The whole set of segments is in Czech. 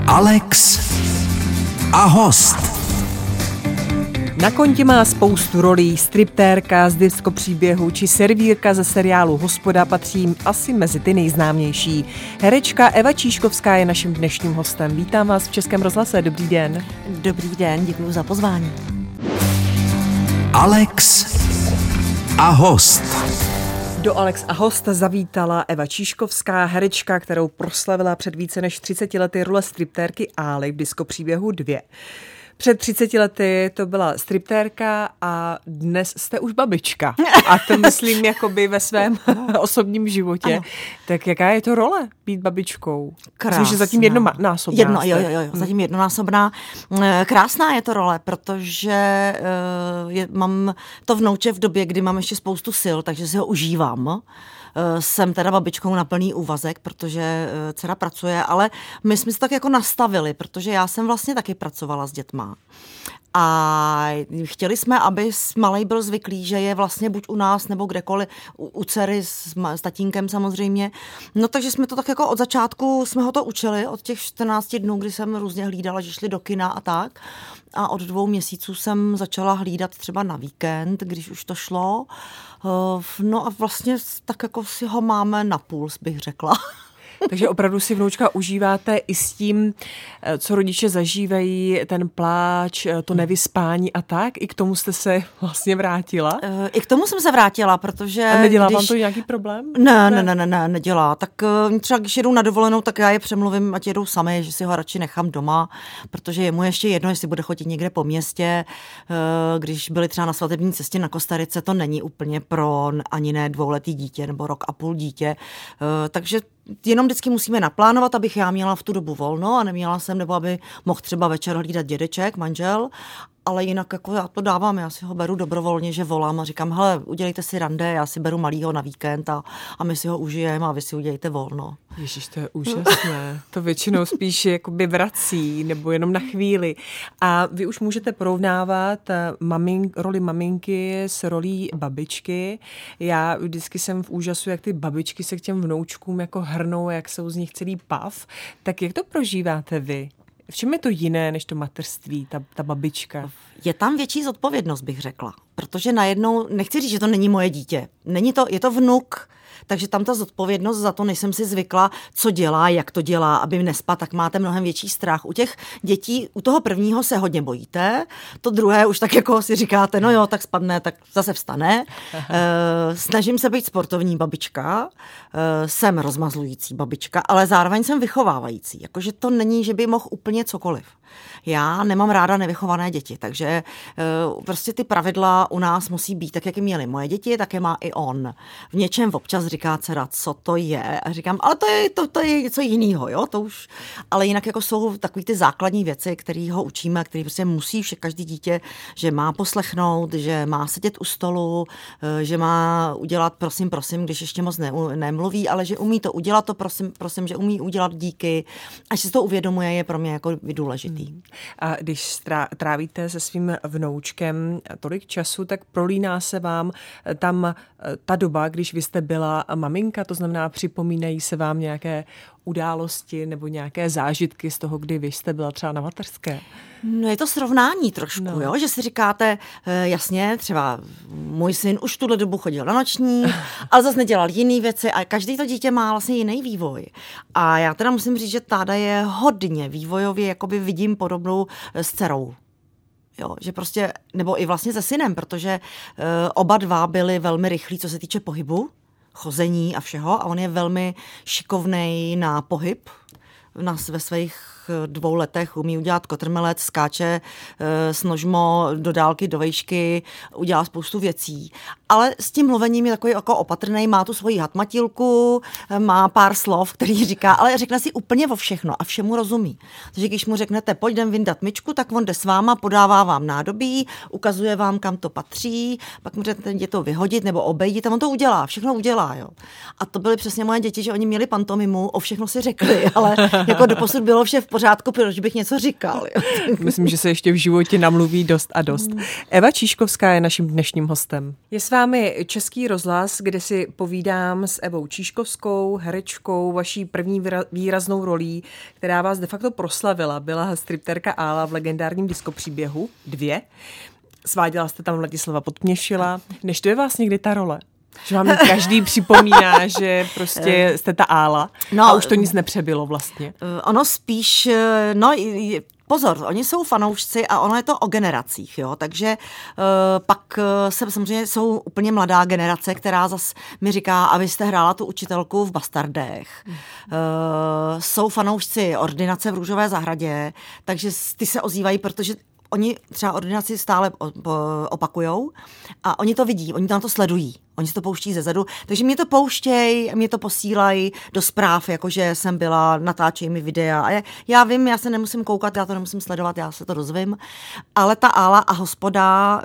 Alex a host. Na kontě má spoustu rolí, striptérka z diskopříběhu či servírka ze seriálu Hospoda patří asi mezi ty nejznámější. Herečka Eva Číškovská je naším dnešním hostem. Vítám vás v Českém rozhlase, dobrý den. Dobrý den, děkuji za pozvání. Alex a host. Do Alex a host zavítala Eva Číškovská, herečka, kterou proslavila před více než 30 lety role striptérky Ály v diskopříběhu 2. Před 30 lety to byla striptérka a dnes jste už babička. A to myslím jakoby ve svém osobním životě. Ano. Tak jaká je to role být babičkou? Krásná. Myslím, že zatím jednonásobná. Jo, zatím jednonásobná. Krásná je to role, protože mám to vnouče v době, kdy mám ještě spoustu sil, takže si ho užívám. Jsem teda babičkou na plný úvazek, protože dcera pracuje, ale my jsme se tak jako nastavili, protože já jsem vlastně taky pracovala s dětma. A chtěli jsme, aby malej byl zvyklý, že je vlastně buď u nás, nebo kdekoliv, u dcery s tatínkem samozřejmě. No takže jsme to tak jako od začátku, jsme ho to učili, od těch 14 dnů, kdy jsem různě hlídala, že šli do kina a tak. A od 2 měsíců jsem začala hlídat třeba na víkend, když už to šlo. No a vlastně tak jako si ho máme na puls, bych řekla. Takže opravdu si vnoučka užíváte i s tím, co rodiče zažívají, ten pláč, to nevyspání a tak? I k tomu jste se vlastně vrátila? I k tomu jsem se vrátila, protože... A nedělá vám to nějaký problém? Ne, nedělá. Tak třeba když jedou na dovolenou, tak já je přemluvím, ať jedou sami, že si ho radši nechám doma, protože je mu ještě jedno, jestli bude chodit někde po městě. Když byli třeba na svatební cestě na Kostarice, to není úplně pro ani ne 2letý dítě nebo 1,5 roku dítě. Takže jenom vždycky musíme naplánovat, abych já měla v tu dobu volno a neměla jsem, nebo aby mohl třeba večer hlídat dědeček, manžel, ale jinak jako já to dávám, já si ho beru dobrovolně, že volám a říkám, hele, udělejte si rande, já si beru malýho na víkend a my si ho užijeme a vy si udělejte volno. Ježiš, to je úžasné. To většinou spíš jakoby vrací, nebo jenom na chvíli. A vy už můžete porovnávat roli maminky s rolí babičky. Já vždycky jsem v úžasu, jak ty babičky se k těm vnoučkům jako hrnou, jak jsou z nich celý pav. Tak jak to prožíváte vy? V čem je to jiné než to mateřství, ta babička? Je tam větší zodpovědnost, bych řekla. Protože najednou, nechci říct, že to není moje dítě. Je to vnuk, takže tam ta zodpovědnost za to, nejsem si zvykla, co dělá, jak to dělá, aby nespadl, tak máte mnohem větší strach. U těch dětí, u toho prvního se hodně bojíte, to druhé už tak jako si říkáte, no jo, tak spadne, tak zase vstane. Snažím se být sportovní babička, jsem rozmazlující babička, ale zároveň jsem vychovávající. Jakože to není, že by mohl úplně cokoliv. Já nemám ráda nevychované děti, takže prostě ty pravidla u nás musí být tak, jak je měly moje děti, tak je má i on. V něčem občas říká dcera, co to je? A říkám, ale to je něco jiného, jo, to už. Ale jinak jako jsou takový ty základní věci, které ho učíme, které prostě musí každý dítě, že má poslechnout, že má sedět u stolu, že má udělat prosím, když ještě moc nemluví, ale že umí to udělat, to prosím, že umí udělat díky. Až si to uvědomuje, je pro mě jako důležitý. A když trávíte se svým vnoučkem tolik času, tak prolíná se vám tam ta doba, když vy jste byla maminka, to znamená, připomínají se vám nějaké události nebo nějaké zážitky z toho, kdy vy jste byla třeba na mateřské? No je to srovnání trošku, jo? Že si říkáte, jasně, třeba můj syn už tuhle dobu chodil na noční, ale zase nedělal jiný věci a každý to dítě má vlastně jiný vývoj. A já teda musím říct, že táda je hodně vývojově, jakoby vidím podobnou s dcerou. Jo, že prostě, nebo i vlastně se synem, protože oba dva byli velmi rychlí, co se týče pohybu, chození a všeho a on je velmi šikovnej na pohyb. Ve svých 2 letech umí udělat kotrmelec, skáče s nožmo do dálky, do vejšky, udělá spoustu věcí. Ale s tím mluvením je takový jako opatrnej, má tu svoji hatmatilku, má pár slov, který říká, ale řekne si úplně o všechno a všemu rozumí. Takže když mu řeknete, pojď jdem vyndat myčku, tak on jde s váma, podává vám nádobí, ukazuje vám, kam to patří, pak mu řeknete to vyhodit nebo obejít a on to udělá, všechno udělá. Jo. A to byly přesně moje děti, že oni měli pantomimu, o všechno si řekli, ale jako doposud bylo vše v pořádku, proč bych něco říkal. Myslím, že se ještě v životě namluví dost a dost. Eva Číškovská je naším dnešním hostem. Je s vámi Český rozhlas, kde si povídám s Evou Číškovskou, herečkou, vaší první výraznou rolí, která vás de facto proslavila. Byla stripterka Ála v legendárním diskopříběhu 2. Sváděla jste tam Ladislava Podměšila. Neštve vás někdy ta role? Že vám každý připomíná, že prostě jste ta Ála a už to nic nepřebylo vlastně. Ono spíš, pozor, oni jsou fanoušci a ono je to o generacích, jo, takže pak se samozřejmě jsou úplně mladá generace, která zas mi říká, a vy jste hrála tu učitelku v Bastardech. Jsou fanoušci Ordinace v Růžové zahradě, takže ty se ozývají, protože oni třeba Ordinaci stále opakujou a oni to vidí, oni tam to sledují. Oni si to pouští zezadu, takže mě to pouštěj, mě to posílají do zpráv, jakože jsem byla, natáčej mi videa. A já vím, já se nemusím koukat, já to nemusím sledovat, já se to dozvím. Ale ta Ála a Hospoda,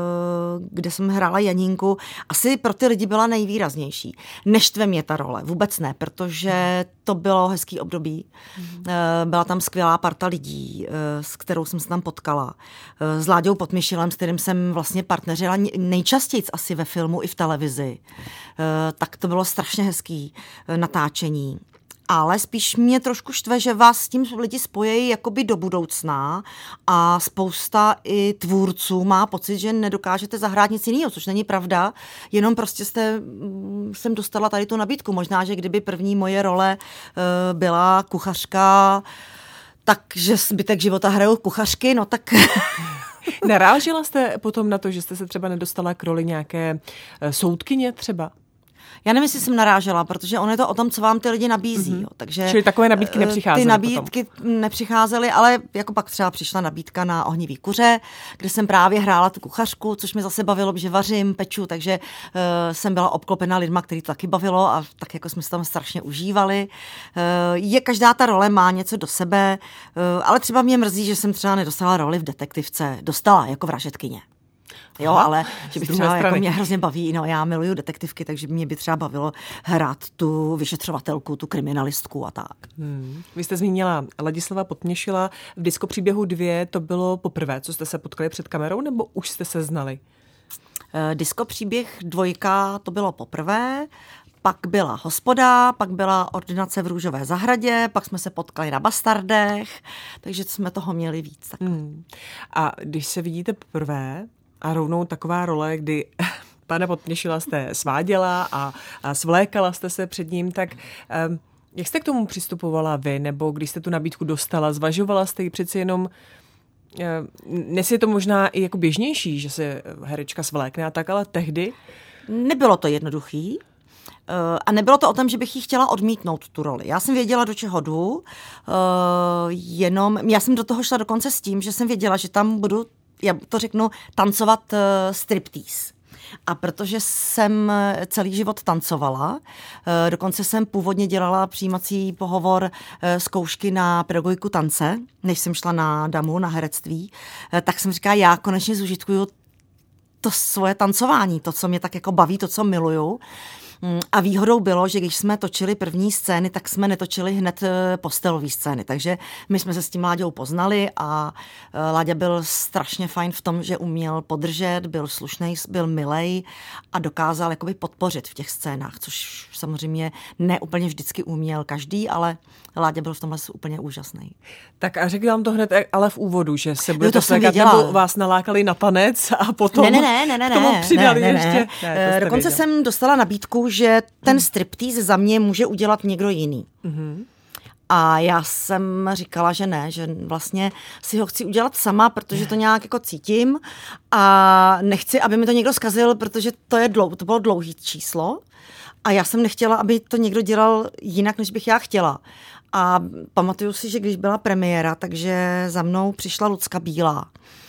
kde jsem hrála Janínku, asi pro ty lidi byla nejvýraznější. Neštve mě ta role, vůbec ne, protože to bylo hezký období. Byla tam skvělá parta lidí, s kterou jsem se tam potkala. S Láďou Podměšilem, s kterým jsem vlastně partneřila nejčastěji asi ve filmu i v televizi. Tak to bylo strašně hezký natáčení. Ale spíš mě trošku štve, že vás s tím lidi spojí jakoby do budoucna a spousta i tvůrců má pocit, že nedokážete zahrát nic jiného, což není pravda, jenom prostě jsem dostala tady tu nabídku. Možná, že kdyby první moje role byla kuchařka, takže zbytek života hraju kuchařky, no tak... Narážela jste potom na to, že jste se třeba nedostala k roli nějaké soudkyně třeba? Já nevím, jestli jsem narážela, protože ono je to o tom, co vám ty lidi nabízí. Jo. Takže čili takové nabídky nepřicházely. Ty nabídky potom nepřicházely, ale jako pak třeba přišla nabídka na Ohnivý kuře, kde jsem právě hrála tu kuchařku, což mě zase bavilo, že vařím, peču, takže jsem byla obklopena lidma, který to taky bavilo a tak jako jsme se tam strašně užívali. Každá ta role má něco do sebe, ale třeba mě mrzí, že jsem třeba nedostala roli v Detektivce. Dostala jako vražedkyně. Jo, ale že bych třeba, jako mě hrozně baví, no já miluju detektivky, takže mě by třeba bavilo hrát tu vyšetřovatelku, tu kriminalistku a tak. Vy jste zmínila Ladislava Podměšila. V Diskopříběhu 2 to bylo poprvé, co jste se potkali před kamerou, nebo už jste se znali? Diskopříběh 2 to bylo poprvé, pak byla Hospoda, pak byla Ordinace v Růžové zahradě, pak jsme se potkali na Bastardech, takže jsme toho měli víc. A když se vidíte poprvé a rovnou taková role, kdy pana Podměšila jste sváděla a svlékala jste se před ním, tak jak jste k tomu přistupovala vy, nebo když jste tu nabídku dostala, zvažovala jste ji přeci jenom, dnes je to možná i jako běžnější, že se herečka svlékne a tak, ale tehdy? Nebylo to jednoduchý. A nebylo to o tom, že bych jí chtěla odmítnout tu roli. Já jsem věděla, do čeho jdu, jenom já jsem do toho šla dokonce s tím, že jsem věděla, že tam budu, já to řeknu, tancovat striptease. A protože jsem celý život tancovala, dokonce jsem původně dělala přijímací pohovor zkoušky na pedagogiku tance, než jsem šla na DAMu, na herectví, tak jsem říkala, já konečně zužitkuju to svoje tancování, to, co mě tak jako baví, to, co miluju. A výhodou bylo, že když jsme točili první scény, tak jsme netočili hned postelové scény. Takže my jsme se s tím Láďou poznali a Láďa byl strašně fajn v tom, že uměl podržet, byl slušnej, byl milej a dokázal jakoby podpořit v těch scénách, což samozřejmě ne úplně vždycky uměl každý, ale Láďa byl v tomhle úplně úžasný. Tak a řekl vám to hned ale v úvodu, že se budete svlékat, nebo vás nalákali na tanec a potom ne, tomu přidali ještě? Ne, dokonce jsem dostala nabídku, že ten striptease za mě může udělat někdo jiný. A já jsem říkala, že ne, že vlastně si ho chci udělat sama, protože to nějak jako cítím a nechci, aby mi to někdo zkazil, protože to bylo dlouhý číslo a já jsem nechtěla, aby to někdo dělal jinak, než bych já chtěla. A pamatuju si, že když byla premiéra, takže za mnou přišla Lucka Bílá.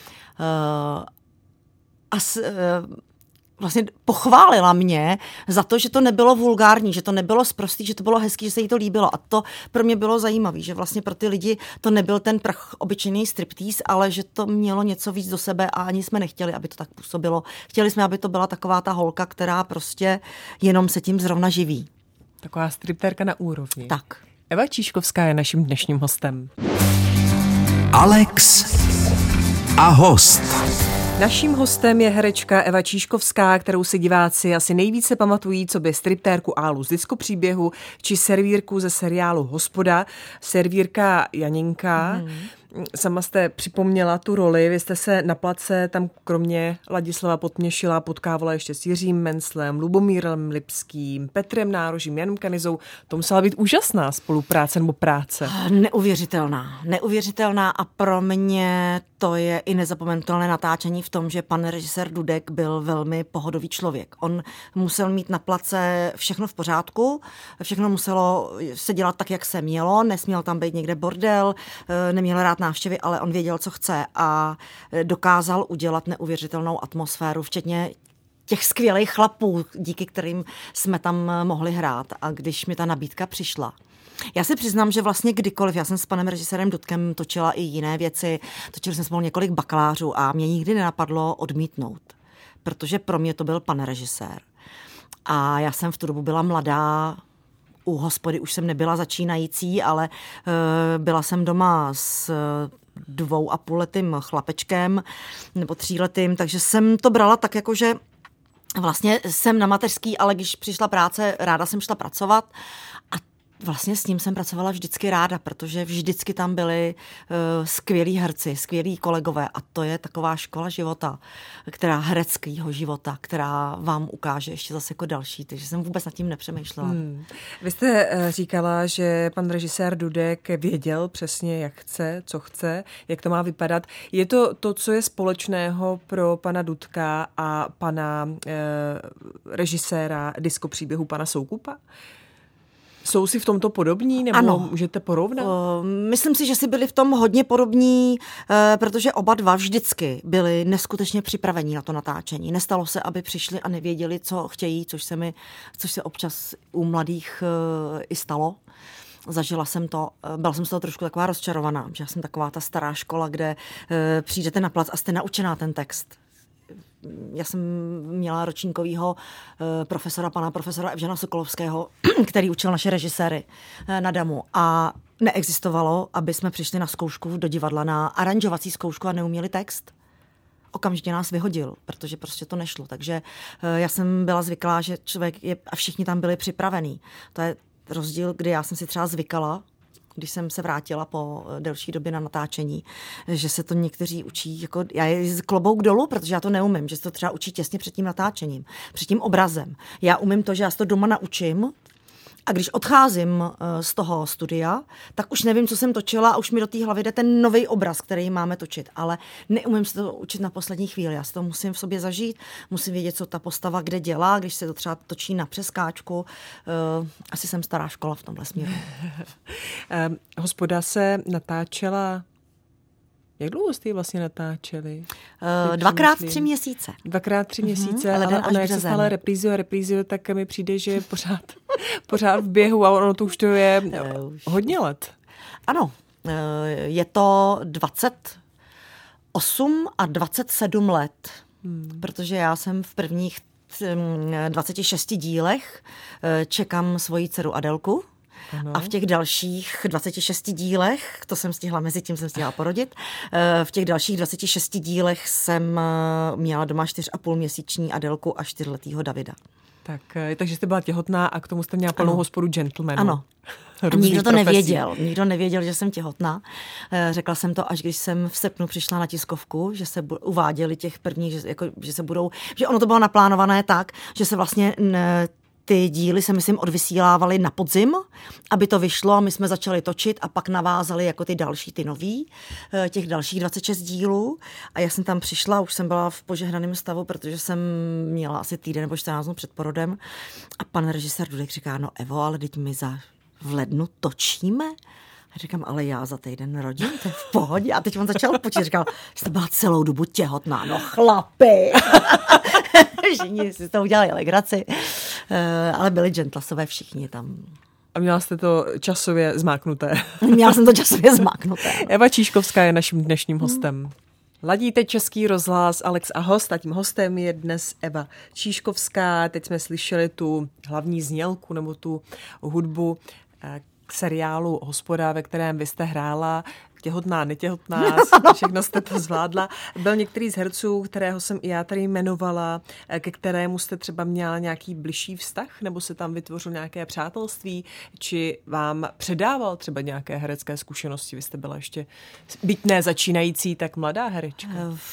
Vlastně pochválila mě za to, že to nebylo vulgární, že to nebylo sprostý, že to bylo hezký, že se jí to líbilo. A to pro mě bylo zajímavé, že vlastně pro ty lidi to nebyl ten obyčejný striptease, ale že to mělo něco víc do sebe a ani jsme nechtěli, aby to tak působilo. Chtěli jsme, aby to byla taková ta holka, která prostě jenom se tím zrovna živí. Taková striptérka na úrovni. Tak. Eva Číškovská je naším dnešním hostem. Alex a host. Naším hostem je herečka Eva Číškovská, kterou si diváci asi nejvíce pamatují, co by striptérku Álu z Diskopříběhu či servírku ze seriálu Hospoda, servírka Janinka. Sama jste připomněla tu roli, vy jste se na place tam kromě Ladislava Podměšila potkávala ještě s Jiřím Menclem, Lubomírem Lipským, Petrem Nárožím, Janem Kanizou. To musela být úžasná spolupráce nebo práce. Neuvěřitelná a pro mě to je i nezapomenutelné natáčení v tom, že pan režisér Dudek byl velmi pohodový člověk. On musel mít na place všechno v pořádku, všechno muselo se dělat tak, jak se mělo, nesměl tam být někde bordel, neměl rád návštěvy, ale on věděl, co chce a dokázal udělat neuvěřitelnou atmosféru, včetně těch skvělých chlapů, díky kterým jsme tam mohli hrát. A když mi ta nabídka přišla, já si přiznám, že vlastně kdykoliv, já jsem s panem režisérem Dudkem točila i jiné věci, točili jsme spolu několik bakalářů a mě nikdy nenapadlo odmítnout, protože pro mě to byl pan režisér. A já jsem v tu dobu byla mladá, u Hospody už jsem nebyla začínající, ale byla jsem doma s 2,5letým chlapečkem nebo 3letým, takže jsem to brala tak jako, že vlastně jsem na mateřský, ale když přišla práce, ráda jsem šla pracovat a vlastně s ním jsem pracovala vždycky ráda, protože vždycky tam byli skvělí herci, skvělí kolegové a to je taková škola života, hereckého života, která vám ukáže ještě zase jako další, takže jsem vůbec nad tím nepřemýšlela. Vy jste říkala, že pan režisér Dudek věděl přesně, jak chce, co chce, jak to má vypadat. Je to to, co je společného pro pana Dudka a pana režiséra Diskopříběhu, pana Soukupa? Jsou si v tomto podobní, nebo ano, můžete porovnat? Myslím si, že si byli v tom hodně podobní, protože oba dva vždycky byli neskutečně připravení na to natáčení. Nestalo se, aby přišli a nevěděli, co chtějí, což se občas u mladých i stalo. Zažila jsem to, byla jsem z toho trošku taková rozčarovaná, že já jsem taková ta stará škola, kde přijdete na plac a jste naučená ten text. Já jsem měla ročníkovýho pana profesora Evžena Sokolovského, který učil naše režiséry na DAMu a neexistovalo, aby jsme přišli na zkoušku do divadla, na aranžovací zkoušku a neuměli text. Okamžitě nás vyhodil, protože prostě to nešlo. Takže já jsem byla zvyklá, že člověk je, a všichni tam byli připravení. To je rozdíl, kdy já jsem si třeba zvykala, když jsem se vrátila po delší době na natáčení, že se to někteří učí, jako já je klobouk dolů, protože já to neumím, že se to třeba učí těsně před tím natáčením, před tím obrazem. Já umím to, že já se to doma naučím a když odcházím z toho studia, tak už nevím, co jsem točila a už mi do té hlavy jde ten nový obraz, který máme točit, ale neumím se to učit na poslední chvíli. Já si to musím v sobě zažít, musím vědět, co ta postava kde dělá, když se to třeba točí na přeskáčku. Asi jsem stará škola v tomhle směru. Hospoda se natáčela. Jak dlouho jste ji vlastně natáčeli? 2x3 měsíce. 2x3 měsíce, ale ona jak se stále reprízuje, tak mi přijde, že je pořád v běhu a ono to už to je hodně let. Ano, je to 28 a 27 let, protože já jsem v prvních 26 dílech čekám svoji dceru Adelku. Ano. A v těch dalších 26 dílech, to jsem stihla, mezi tím jsem stihla porodit, v těch dalších 26 dílech jsem měla doma 4,5měsíční Adelku a 4letýho Davida. Takže jste byla těhotná a k tomu jste měla plnou hospodu gentlemanů. Ano. A nikdo to nevěděl. Nikdo nevěděl, že jsem těhotná. Řekla jsem to, až když jsem v srpnu přišla na tiskovku, že se uváděli těch prvních, že se budou, že ono to bylo naplánované tak, že se vlastně ty díly se, myslím, odvysílávaly na podzim, aby to vyšlo a my jsme začali točit a pak navázali jako ty další, ty nový, těch dalších 26 dílů. A já jsem tam přišla, už jsem byla v požehnaném stavu, protože jsem měla asi týden nebo 14 dnů před porodem. A pan režisér Dudek říká, no Evo, ale teď my v lednu točíme? A říkám, ale já za týden rodím, to je v pohodě. A teď on začal počít, říkal, jste byla celou dobu těhotná, no chlapi. Všichni si to udělali legraci, ale byli gentlasové všichni tam. A měla jste to časově zmáknuté. Měla jsem to časově zmáknuté. Eva Číškovská je naším dnešním hostem. Ladíte Český rozhlas, Alex a host, a tím hostem je dnes Eva Číškovská. Teď jsme slyšeli tu hlavní znělku nebo tu hudbu seriálu Hospoda, ve kterém vy jste hrála těhotná, netěhotná, všechno jste to zvládla. Byl některý z herců, kterého jsem i já tady jmenovala, ke kterému jste třeba měla nějaký bližší vztah, nebo se tam vytvořil nějaké přátelství, či vám předával třeba nějaké herecké zkušenosti? Vy jste byla ještě, byť ne začínající, tak mladá herečka.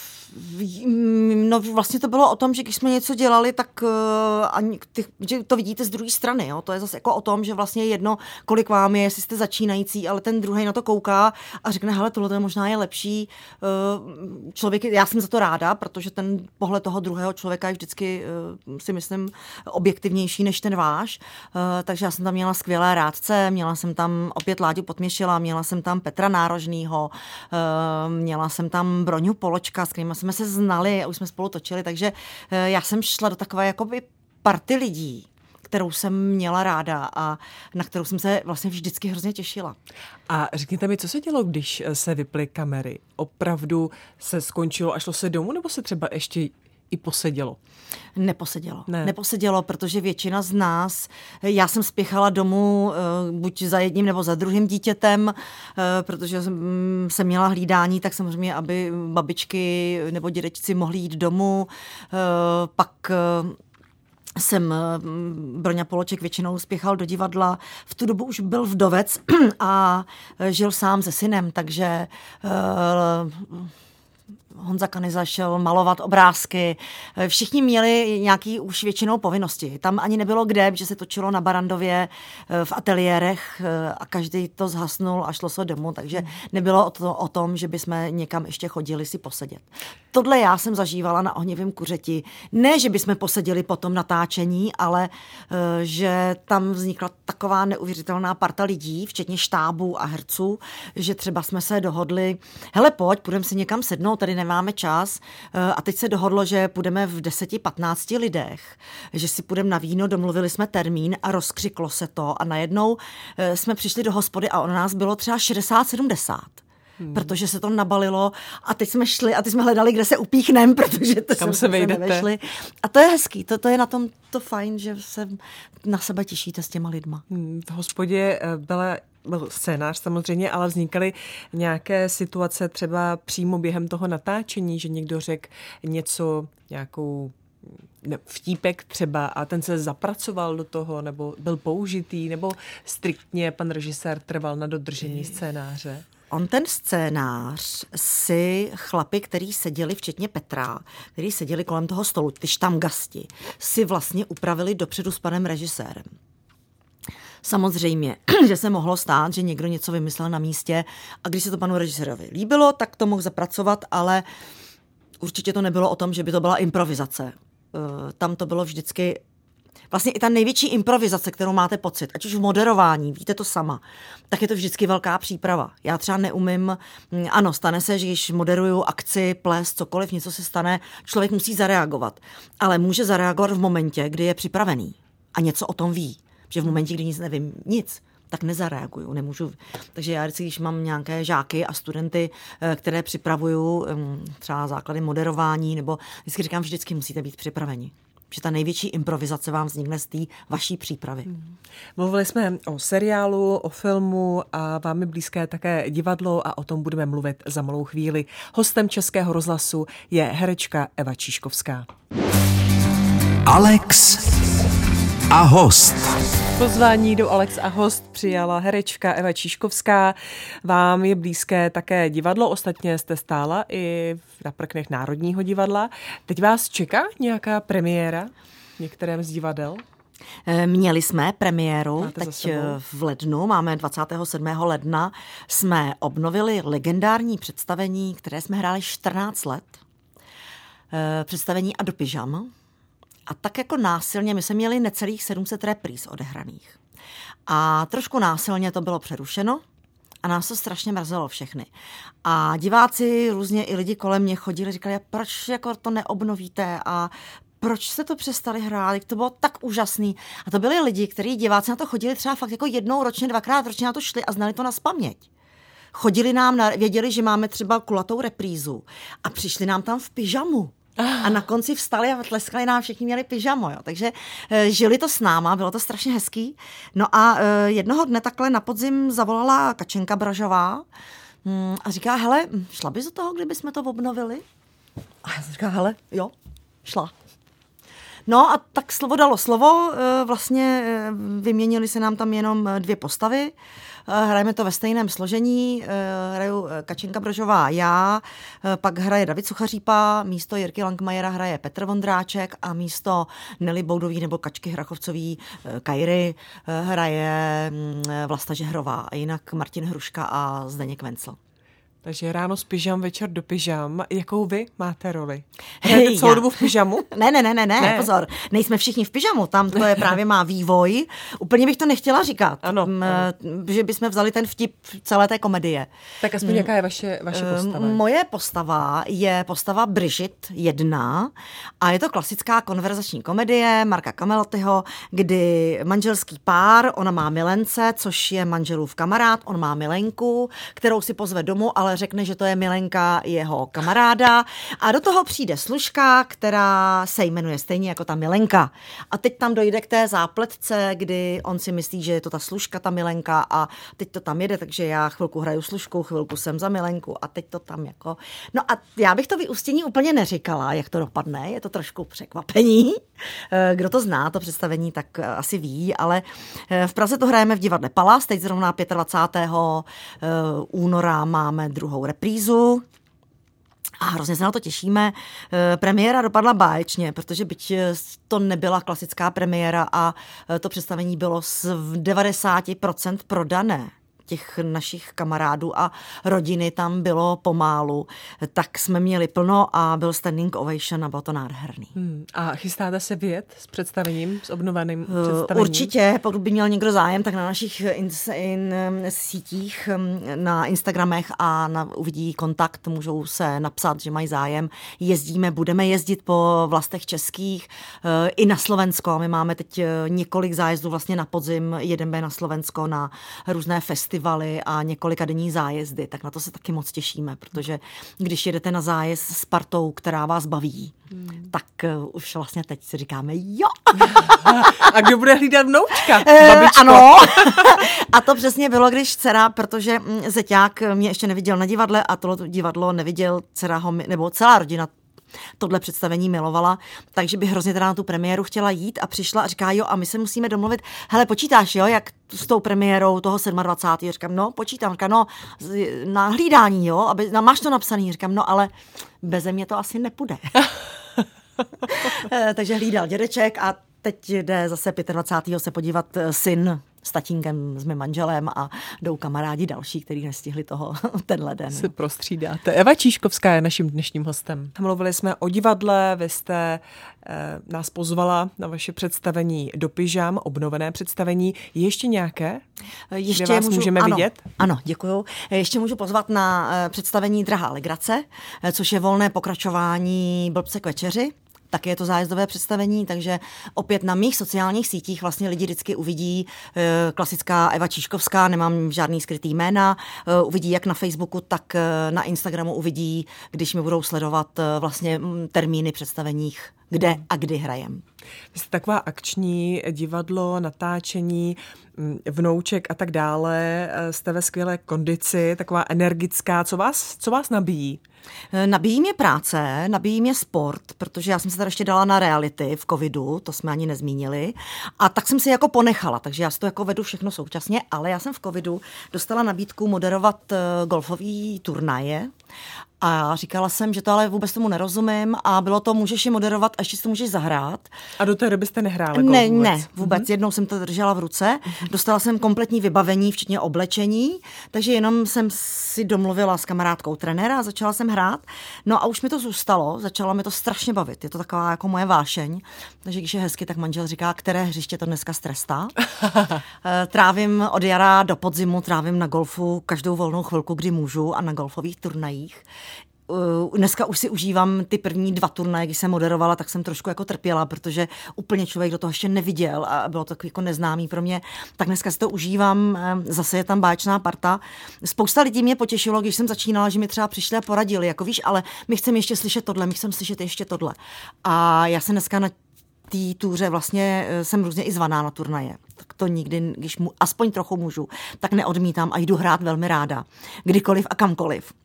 No vlastně to bylo o tom, že když jsme něco dělali, tak že to vidíte z druhé strany. Jo? To je zase jako o tom, že vlastně jedno, kolik vám je, jestli jste začínající, ale ten druhý na to kouká a řekne, hele, tohle možná je lepší. Člověk, já jsem za to ráda, protože ten pohled toho druhého člověka je vždycky, si myslím, objektivnější než ten váš. Takže já jsem tam měla skvělé rádce, měla jsem tam opět Láďu Podměšila, měla jsem tam Petra Nárožnýho, měla jsem tam Broňu Poločka, s kterými jsme se znali a už jsme spolu točili, takže já jsem šla do takové jakoby party lidí, kterou jsem měla ráda a na kterou jsem se vlastně vždycky hrozně těšila. A řekněte mi, co se dělo, když se vyply kamery? Opravdu se skončilo a šlo se domů, nebo se třeba ještě i posedělo? Neposedělo, protože většina z nás, já jsem spěchala domů buď za jedním nebo za druhým dítětem, protože jsem měla hlídání, tak samozřejmě, aby babičky nebo dědečci mohli jít domů. Pak Broňa Poloček většinou spěchal do divadla. V tu dobu už byl vdovec a žil sám se synem, takže Honza Kanyza šel malovat obrázky. Všichni měli nějaký už většinou povinnosti. Tam ani nebylo kde, že se točilo na Barandově v ateliérech a každý to zhasnul a šlo se domů, takže nebylo o tom, že bychom někam ještě chodili si posedět. Tohle já jsem zažívala na Ohnivém kuřeti. Ne, že bychom poseděli po tom natáčení, ale že tam vznikla taková neuvěřitelná parta lidí, včetně štábů a herců, že třeba jsme se dohodli, hele pojď, půjdeme si někam sednout, tady nemáme čas a teď se dohodlo, že půjdeme v 10-15 lidech, že si půjdeme na víno, domluvili jsme termín a rozkřiklo se to a najednou jsme přišli do hospody a ono nás bylo třeba 60-70. Protože se to nabalilo a teď jsme šli a teď jsme hledali, kde se upíchnem, protože to kam se nevešli. A to je hezký, to je na tom to fajn, že se na sebe těšíte s těma lidma. V hospodě byl scénář samozřejmě, ale vznikaly nějaké situace třeba přímo během toho natáčení, že někdo řekl něco, nějakou vtípek třeba a ten se zapracoval do toho, nebo byl použitý, nebo striktně pan režisér trval na dodržení scénáře? On ten scénář si chlapi, který seděli, včetně Petra, který seděli kolem toho stolu, ty štamgasti, si vlastně upravili dopředu s panem režisérem. Samozřejmě, že se mohlo stát, že někdo něco vymyslel na místě a když se to panu režisérovi líbilo, tak to mohl zapracovat, ale určitě to nebylo o tom, že by to byla improvizace. Tam to bylo vždycky vlastně i ta největší improvizace, kterou máte pocit, ať už v moderování, víte to sama, tak je to vždycky velká příprava. Já třeba neumím, ano, stane se, že když moderuju akci, ples, cokoliv, něco se stane, člověk musí zareagovat. Ale může zareagovat v momentě, kdy je připravený a něco o tom ví. Že v momentě, kdy nic nevím, tak nezareaguju, nemůžu. Takže já vždycky, když mám nějaké žáky a studenty, které připravuju, třeba základy moderování, nebo vždycky říkám, vždycky musíte být připraveni. Že ta největší improvizace vám vznikne z té vaší přípravy. Mluvili jsme o seriálu, o filmu a vám je blízké také divadlo a o tom budeme mluvit za malou chvíli. Hostem Českého rozhlasu je herečka Eva Číškovská. Alex a host. Pozvání do Alex a host přijala herečka Eva Číškovská. Vám je blízké také divadlo, ostatně jste stála i na prknech Národního divadla. Teď vás čeká nějaká premiéra v některém z divadel? Měli jsme premiéru teď v lednu, máme 27. ledna, jsme obnovili legendární představení, které jsme hráli 14 let. Představení A do pyžam. A tak jako násilně, my jsme měli necelých 700 repríz odehraných. A trošku násilně to bylo přerušeno a nás to strašně mrzelo všechny. A diváci, různě i lidi kolem mě chodili, říkali, proč jako to neobnovíte a proč jste to přestali hrát, to bylo tak úžasný. A to byli lidi, kteří diváci na to chodili třeba fakt jako jednou ročně, dvakrát ročně na to šli a znali to nazpaměť. Chodili nám, věděli, že máme třeba kulatou reprízu a přišli nám tam v pyžamu. A na konci vstali a tleskali nám, všichni měli pyžamo, jo. Takže žili to s náma, bylo to strašně hezký. No a jednoho dne takhle na podzim zavolala Kačenka Bražová a říká, hele, šla bys do toho, kdyby jsme to obnovili? A já jsem říkala, hele, jo, šla. No a tak slovo dalo slovo, vlastně vyměnili se nám tam jenom 2 postavy, hrajeme to ve stejném složení, hraju Kačenka Brožová já, pak hraje David Suchařípa, místo Jirky Langmajera hraje Petr Vondráček a místo Nelly Boudový nebo Kačky Hrachovcový Kajry hraje Vlasta Žehrová a jinak Martin Hruška a Zdeněk Vencel. Takže ráno z pyžam, večer do pyžam. Jakou vy máte roli? Hrajete celou dobu v pyžamu? Ne, pozor. Nejsme všichni v pyžamu, tam to je právě má vývoj. Úplně bych to nechtěla říkat, ano. Že bychom vzali ten vtip celé té komedie. Tak aspoň jaká je vaše postava? Moje postava je postava Bridget 1 a je to klasická konverzační komedie Marka Kamelotyho, kdy manželský pár, ona má milence, což je manželův kamarád, on má milenku, kterou si pozve domů, ale řekne, že to je milenka jeho kamaráda a do toho přijde služka, která se jmenuje stejně jako ta milenka. A teď tam dojde k té zápletce, kdy on si myslí, že je to ta služka, ta milenka a teď to tam jede, takže já chvilku hraju služku, chvilku jsem za milenku a teď to tam jako... No a já bych to vyústění úplně neříkala, jak to dopadne, je to trošku překvapení. Kdo to zná, to představení, tak asi ví, ale v Praze to hrajeme v divadle Palas, teď zrovna 25. února máme druhou reprízu a hrozně se na to těšíme. Premiéra dopadla báječně, protože byť to nebyla klasická premiéra a to představení bylo z 90% prodané. Těch našich kamarádů a rodiny tam bylo pomálu, tak jsme měli plno a byl standing ovation a bylo to nádherný. A chystáte se vyjet s představením, s obnoveným představením? Určitě, pokud by měl někdo zájem, tak na našich sítích, na Instagramech a uvidí kontakt, můžou se napsat, že mají zájem. Jezdíme, budeme jezdit po vlastech českých i na Slovensko. My máme teď několik zájezdů vlastně na podzim, jedeme na Slovensko na různé festivaly a několika denní zájezdy, tak na to se taky moc těšíme, protože když jedete na zájezd s partou, která vás baví, tak už vlastně teď si říkáme jo. A kdo bude hlídat vnoučka? Ano. A to přesně bylo, když dcera, protože zeťák mě ještě neviděl na divadle a tohle divadlo neviděl, dcera ho, nebo celá rodina tohle představení milovala, takže bych hrozně teda na tu premiéru chtěla jít a přišla a říká, jo, a my se musíme domluvit, hele, počítáš, jo, jak s tou premiérou toho 27. Říkám, no, počítám, říkám, no, na hlídání, jo, aby, máš to napsaný, říkám, no, ale beze mě to asi nepůjde. Takže hlídal dědeček a teď jde zase 25. se podívat syn s tatínkem, s mým manželem a jdou kamarádi další, kteří nestihli toho tenhle den. Se prostřídáte. Eva Číškovská je naším dnešním hostem. Mluvili jsme o divadle, vy jste nás pozvala na vaše představení do pyžam, obnovené představení. Je ještě nějaké, kde vás můžeme vidět? Ano, děkuju. Ještě můžu pozvat na představení Drahá legrace, což je volné pokračování Blbce k večeři. Taky je to zájezdové představení, takže opět na mých sociálních sítích vlastně lidi vždycky uvidí klasická Eva Číškovská, nemám žádný skrytý jména, uvidí jak na Facebooku, tak na Instagramu uvidí, když mi budou sledovat vlastně termíny představeních, kde a kdy hrajem. Vy jste taková akční, divadlo, natáčení, vnouček a tak dále, jste ve skvělé kondici, taková energická. Co vás nabíjí? Nabíjí mě práce, nabíjí mě sport, protože já jsem se tady ještě dala na reality v covidu, to jsme ani nezmínili, a tak jsem si jako ponechala, takže já si to jako vedu všechno současně, ale já jsem v covidu dostala nabídku moderovat golfový turnaje a říkala jsem, že to ale vůbec tomu nerozumím a bylo to, můžeš je moderovat a ještě si to můžeš zahrát. A do té doby jste nehrála golf vůbec? Ne, vůbec. Jednou jsem to držela v ruce, dostala jsem kompletní vybavení, včetně oblečení, takže jenom jsem si domluvila s kamarádkou trenéra a začala jsem hrát. No a už mi to zůstalo, začalo mi to strašně bavit. Je to taková jako moje vášeň, takže když je hezky, tak manžel říká, které hřiště to dneska strestá. Trávím od jara do podzimu, trávím na golfu každou volnou chvilku, kdy můžu a na golfových turnajích. dneska už si užívám ty první 2 turnaje, když jsem moderovala, tak jsem trošku jako trpěla, protože úplně člověk do toho ještě neviděl a bylo to jako neznámý pro mě. Tak dneska si to užívám, zase je tam báječná parta. Spousta lidí mě potěšilo, když jsem začínala, že mi třeba přišli a poradili, jako víš, ale my chceme ještě slyšet tohle, my chceme slyšet ještě tohle. A já se dneska na té túře vlastně jsem různě i zvaná na turnaje. Tak to nikdy, když aspoň trochu můžu, tak neodmítám a jdu hrát velmi ráda. Kdykoliv a kamkoliv.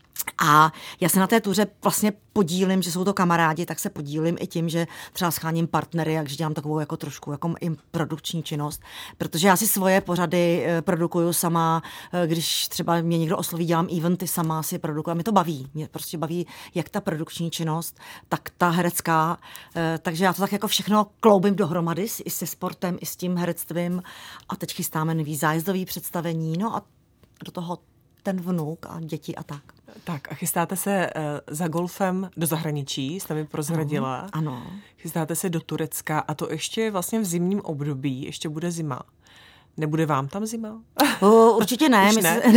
A já se na té tuře vlastně podílím, že jsou to kamarádi, tak se podílím i tím, že třeba scháním partnery, takže dělám takovou jako trošku jako i produkční činnost, protože já si svoje pořady produkuju sama, když třeba mě někdo osloví, dělám eventy sama, si produkuju a mě to baví. Mě prostě baví jak ta produkční činnost, tak ta herecká, takže já to tak jako všechno kloubím dohromady i se sportem, i s tím herectvím a teď chystáme nový zájezdový představení, no a do toho ten vnuk a děti a tak. Tak a chystáte se za golfem do zahraničí, jste mi prozradila. Ano. Chystáte se do Turecka a to ještě vlastně v zimním období, ještě bude zima. Nebude vám tam zima? Určitě ne.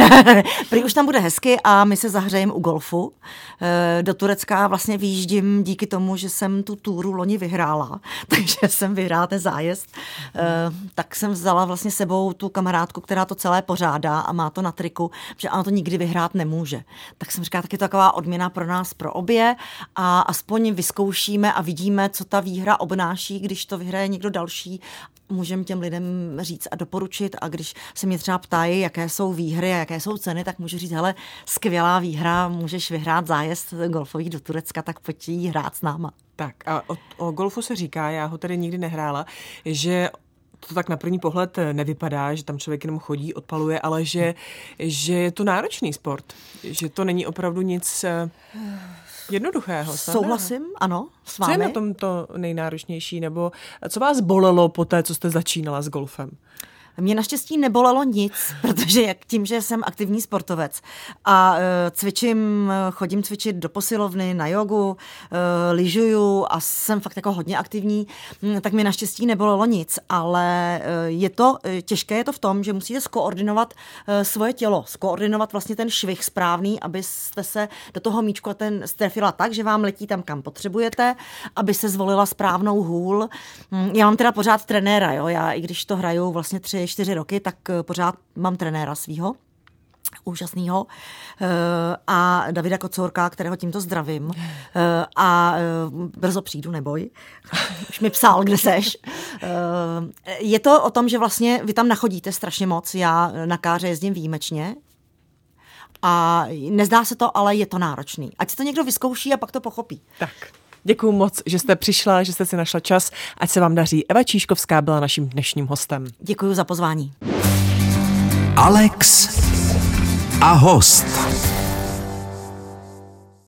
Prý už tam bude hezky a my se zahřejeme u golfu. Do Turecka vlastně vyjíždím díky tomu, že jsem tu túru loni vyhrála, takže jsem vyhrála ten zájezd. Tak jsem vzala vlastně sebou tu kamarádku, která to celé pořádá a má to na triku, že ona to nikdy vyhrát nemůže. Tak jsem říkala, tak je to taková odměna pro nás, pro obě a aspoň vyzkoušíme a vidíme, co ta výhra obnáší, když to vyhraje někdo další. Můžeme těm lidem říct a doporučit a když se mě třeba ptají, jaké jsou výhry a jaké jsou ceny, tak můžu říct, hele, skvělá výhra, můžeš vyhrát zájezd golfový do Turecka, tak pojď jí hrát s náma. Tak a o golfu se říká, já ho tady nikdy nehrála, že to tak na první pohled nevypadá, že tam člověk jenom chodí, odpaluje, ale že je to náročný sport, že to není opravdu nic jednoduchého. Souhlasím, ano, s vámi. Co je na tom to nejnáročnější, nebo co vás bolelo po té, co jste začínala s golfem? Mě naštěstí nebolelo nic, protože tím, že jsem aktivní sportovec a chodím cvičit do posilovny, na jogu, lyžuju a jsem fakt jako hodně aktivní, tak mě naštěstí nebolelo nic, ale těžké je to v tom, že musíte skoordinovat svoje tělo, skoordinovat vlastně ten švih správný, abyste se do toho míčku strefila tak, že vám letí tam, kam potřebujete, aby se zvolila správnou hůl. Já mám teda pořád trenéra, jo? Já i když to hraju vlastně 3-4 roky, tak pořád mám trenéra svýho, úžasnýho, a Davida Kocourka, kterého tímto zdravím. A brzo přijdu, neboj. Už mi psal, kde seš. Je to o tom, že vlastně vy tam nachodíte strašně moc. Já na káře jezdím výjimečně. A nezdá se to, ale je to náročný. Ať si to někdo vyzkouší a pak to pochopí. Tak. Děkuju moc, že jste přišla, že jste si našla čas. Ať se vám daří. Eva Číškovská byla naším dnešním hostem. Děkuju za pozvání. Alex a host.